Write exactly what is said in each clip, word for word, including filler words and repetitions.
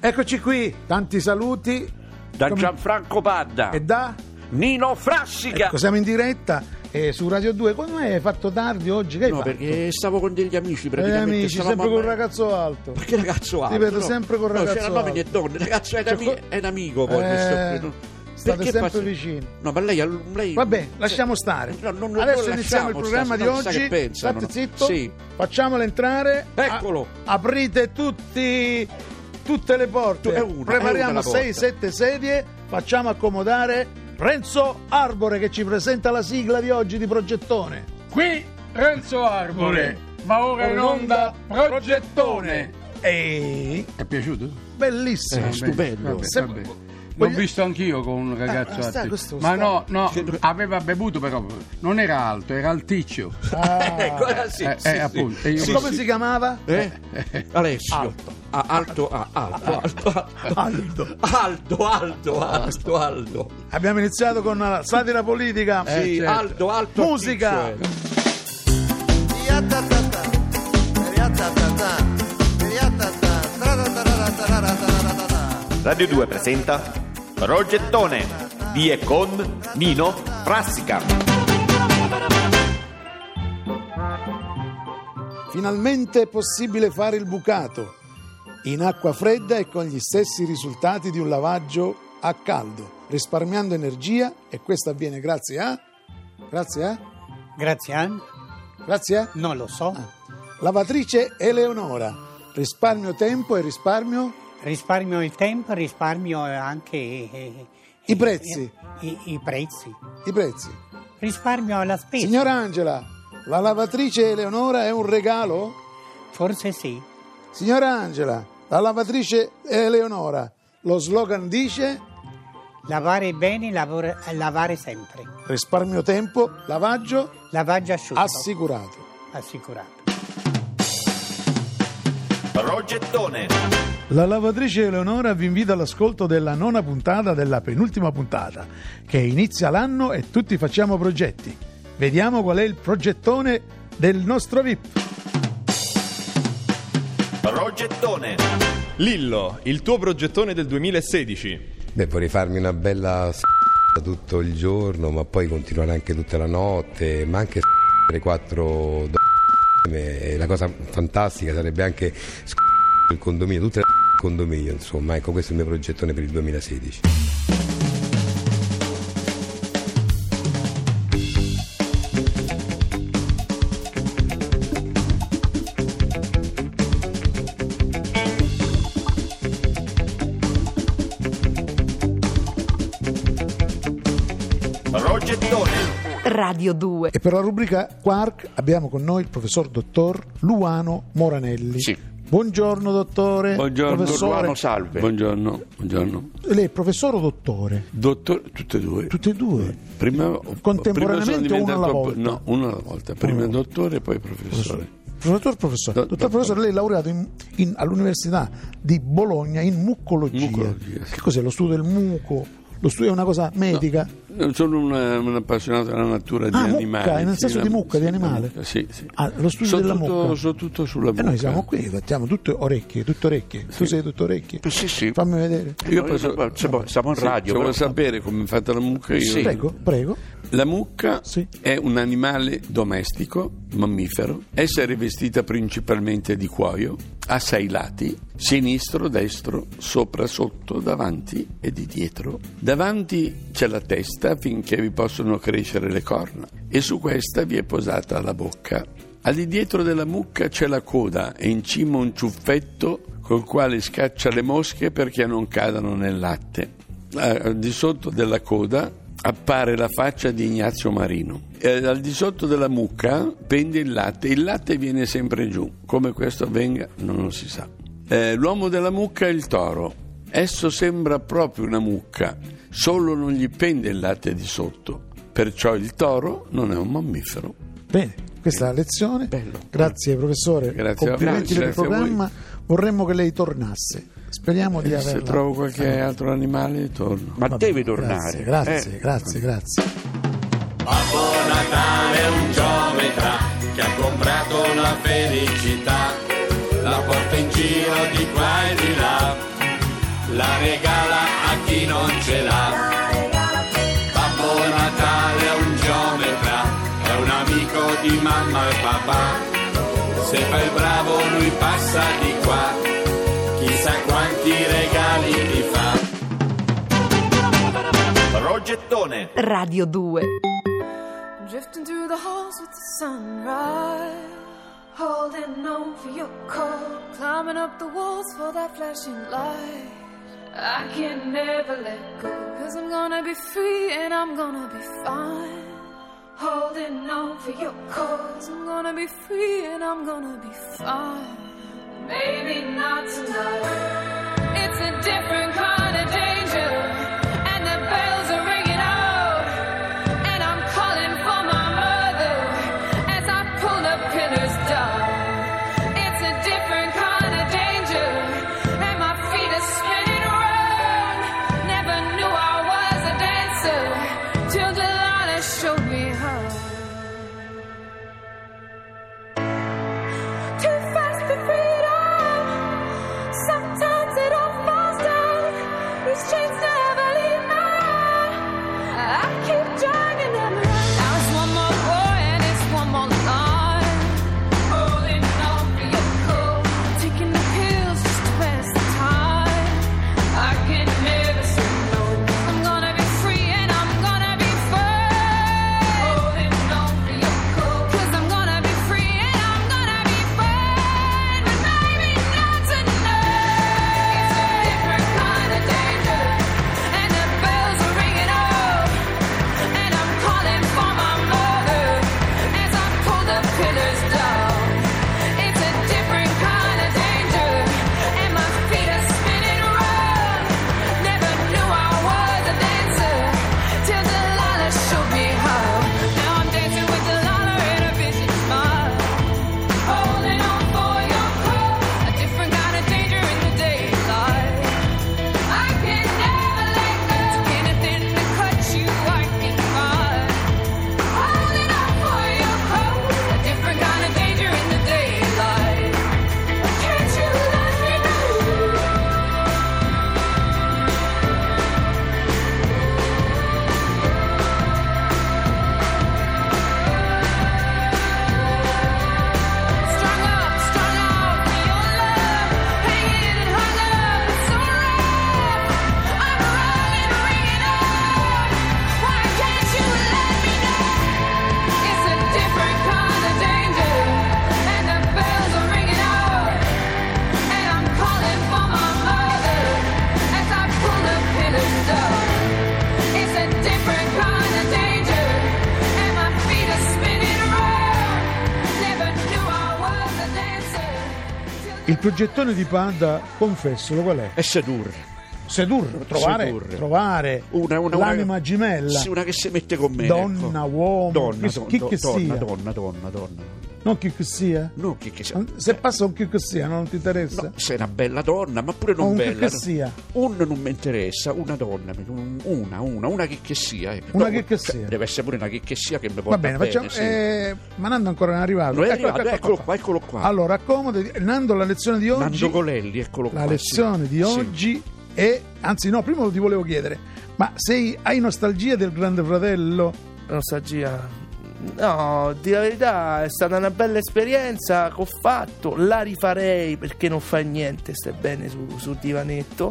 Eccoci qui, tanti saluti da Come... Gianfranco Padda e da Nino Frassica. Ecco, siamo in diretta eh, su Radio due. Come hai fatto tardi oggi? Che hai no, fatto? Perché stavo con degli amici praticamente. Eh, amici, sempre con un ragazzo alto. Ma che ragazzo alto? Ti vedo no? sempre con un ragazzo no, c'erano alto. uomini e donne, il ragazzo è, Cioè, ami- è un amico poi. eh, questo, state perché sempre passa... vicini. No, ma lei, lei... Vabbè, lasciamo stare. No, non, non Adesso non iniziamo il lasciamo, programma sta, di no, sa oggi. che pensano, State no? zitto. Sì. Facciamolo entrare. Eccolo. A- aprite tutti tutte le porte. È una, Prepariamo è sei sette sedie. Facciamo accomodare Renzo Arbore che ci presenta la sigla di oggi di Progettone. Qui Renzo Arbore, va ora in onda Progettone. E È piaciuto? bellissimo. Eh, stupendo. Vabbè, Se- vabbè. Voglio- L'ho visto anch'io con un ragazzo Ah, sta, alto. questo Ma sta- no, no, aveva bevuto però, non era alto, era alticcio. Ah. Ecco, eh, sì, Eh, sì, eh, sì. appunto. E io E Sì, come sì. si chiamava? Eh? Alessio. Alto. Ah, alto, ah, alto, alto, alto, Aldo. alto, alto, alto, alto. Abbiamo iniziato con la satira politica. Sì, certo. alto, alto. Musica. alticcio, Radio due presenta Progettone di e con Nino Frassica. Finalmente è possibile fare il bucato in acqua fredda e con gli stessi risultati di un lavaggio a caldo, risparmiando energia, e questo avviene grazie a grazie a Grazie a... grazie a non lo so. Ah. Lavatrice Eleonora. Risparmio tempo e risparmio Risparmio il tempo, risparmio anche... eh, I eh, prezzi. I, i prezzi. i prezzi. Risparmio la spesa. Signora Angela, la lavatrice Eleonora è un regalo? Forse sì. Signora Angela, la lavatrice Eleonora, lo slogan dice Lavare bene, lavora- lavare sempre. risparmio tempo, lavaggio Lavaggio asciutto. assicurato. Assicurato. Progettone. La lavatrice Eleonora vi invita all'ascolto della nona puntata della penultima puntata, che inizia l'anno e tutti facciamo progetti. Vediamo qual è il progettone del nostro V I P. Progettone. Lillo, il tuo progettone del duemilasedici. Beh, vorrei farmi una bella s*** tutto il giorno, ma poi continuare anche tutta la notte, ma anche le quattro do***. E la cosa fantastica sarebbe anche s*** il condominio, tutte le il condominio, insomma, ecco, questo è il mio progettone per il duemilasedici. Progettone. Radio due. E per la rubrica Quark abbiamo con noi il professor dottor Luano Moranelli. Sì. Buongiorno dottore. Buongiorno, professore. Luano, salve. Buongiorno, buongiorno. Lei è professore o dottore? Dottor, tutte e due. Tutti e due. Prima, Contemporaneamente prima sono o una alla diventato- volta? No, una alla volta. Prima Una. dottore e poi professore. Dottor professore, Do- dottor professore, lei è laureato in- in- all'università di Bologna in mucologia. Mucologia, sì. Che cos'è lo studio del muco? Lo studio è una cosa medica? No, sono una- un appassionato della natura di Ah, mucca, animali. nel sì, senso la- di mucca, di sì, animale? mucca, Sì, sì. Ah, lo studio So della tutto, mucca. so tutto sulla E mucca. noi siamo qui, facciamo tutte orecchie, tutte orecchie. Tu sei tutte orecchie? Sì, sì. Fammi vedere. Io No, posso, io- siamo- siamo in sì, radio, se vuoi però- sapere come è fatta la mucca, io Sì. Prego, prego. La mucca Sì. è un animale domestico, mammifero, essa è rivestita principalmente di cuoio, ha sei lati, sinistro, destro, sopra, sotto, davanti e di dietro. Davanti c'è la testa finché vi possono crescere le corna e su questa vi è posata la bocca. Al di dietro della mucca c'è la coda e in cima un ciuffetto col quale scaccia le mosche perché non cadano nel latte. Al di sotto della coda appare la faccia di Ignazio Marino. E al di sotto della mucca pende il latte. Il latte viene sempre giù. Come questo avvenga non lo si sa. Eh, l'uomo della mucca è il toro. Esso sembra proprio una mucca, solo non gli pende il latte di sotto. Perciò il toro non è un mammifero. Bene, questa è la lezione. Bello. Grazie professore. Grazie a- Complimenti grazie, per il grazie a voi. programma. Vorremmo che lei tornasse. Speriamo di E se averla. trovo qualche altro animale torno. Ma Vabbè, deve tornare. Grazie, grazie, Eh. grazie, grazie. Babbo Natale è un geometra che ha comprato la felicità, la porta in giro di qua e di là, chi non ce l'ha. Babbo Natale è un geometra, è un amico di mamma e papà. Se fai il bravo lui passa di qua, chissà quanti regali ti fa. Progettone Radio due. Drifting through the halls with the sunrise, holding on for your call, climbing up the walls for that flashing light. I can never let go, 'cause I'm gonna be free and I'm gonna be fine. Holding on for your cause, I'm gonna be free and I'm gonna be fine. Maybe not tonight. It's a different kind of danger, and the bells are ringing out, and I'm calling for my mother as I pull the pillars down. It's a different kind of danger, and my feet are spinning around. Never knew I was a dancer till Delilah showed me. Il progettone di Padda, confessolo, qual è? È sedurre. Sedurre, trovare, Sedurre. trovare una, una, l'anima una, gemella. Sì, una che si mette con me. Donna, ecco. uomo, donna, chi, don, chi don, che donna, sia. Donna, donna, donna. Non chi che sia? No, chi che sia. Se passa un chi che sia, non ti interessa? No, sei una bella donna, ma pure non un bella. Un che sia. Un non mi interessa, una donna, una, una, una che che sia. Eh. Una no, che che cioè, sia. Deve essere pure una che che sia che mi porta Va bene, bene, facciamo. sì. Eh, ma Nando ancora non è arrivato. Non è ecco, arrivato, ecco, eccolo ecco qua, eccolo qua. Allora, accomodati. Nando, la lezione di oggi. Nando Colelli, eccolo la qua. La lezione sì. di oggi sì. è. Anzi, no, prima ti volevo chiedere, ma sei, hai nostalgia del Grande Fratello? Nostalgia? No, di la verità è stata una bella esperienza che ho fatto, la rifarei perché non fa niente, stai bene su, sul divanetto,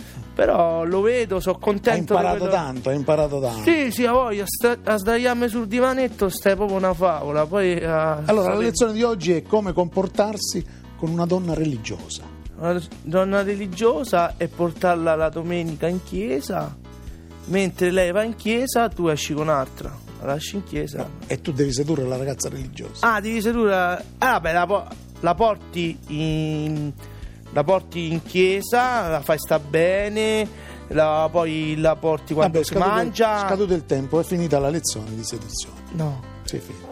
però lo vedo, sono contento. Hai imparato vedo... tanto, hai imparato tanto. Sì, sì, a voglia, sta, a sdraiarmi sul divanetto stai proprio una favola. Poi, a... Allora, la lezione di oggi è come comportarsi con una donna religiosa. Una donna religiosa e portarla la domenica in chiesa, mentre lei va in chiesa tu esci con un'altra. La lasci in chiesa. No, e tu devi sedurre la ragazza religiosa. Ah, devi sedurre. Ah, beh, la, la porti in. La porti in chiesa, la fai sta bene, la, poi la porti quando Vabbè, si mangia. È scaduto il tempo, è finita la lezione di seduzione. No. Sì, è finita.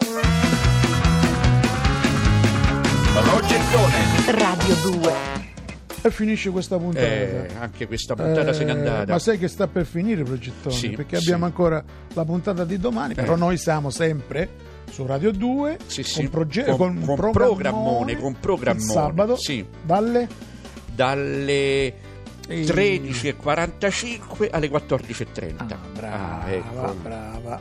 Progettone Radio due. E finisce questa puntata. Eh, anche questa puntata eh, se n'è andata. Ma sai che sta per finire, Progettone? Sì, perché sì. abbiamo ancora la puntata di domani. Eh. Però noi siamo sempre su Radio due sì, sì. con, proge- con, con, con programmone, con programmone. il sabato sì. dalle dalle tredici e quarantacinque alle quattordici e trenta. Ah, brava, Ah, ecco. brava.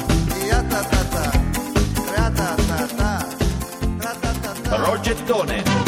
Progettone.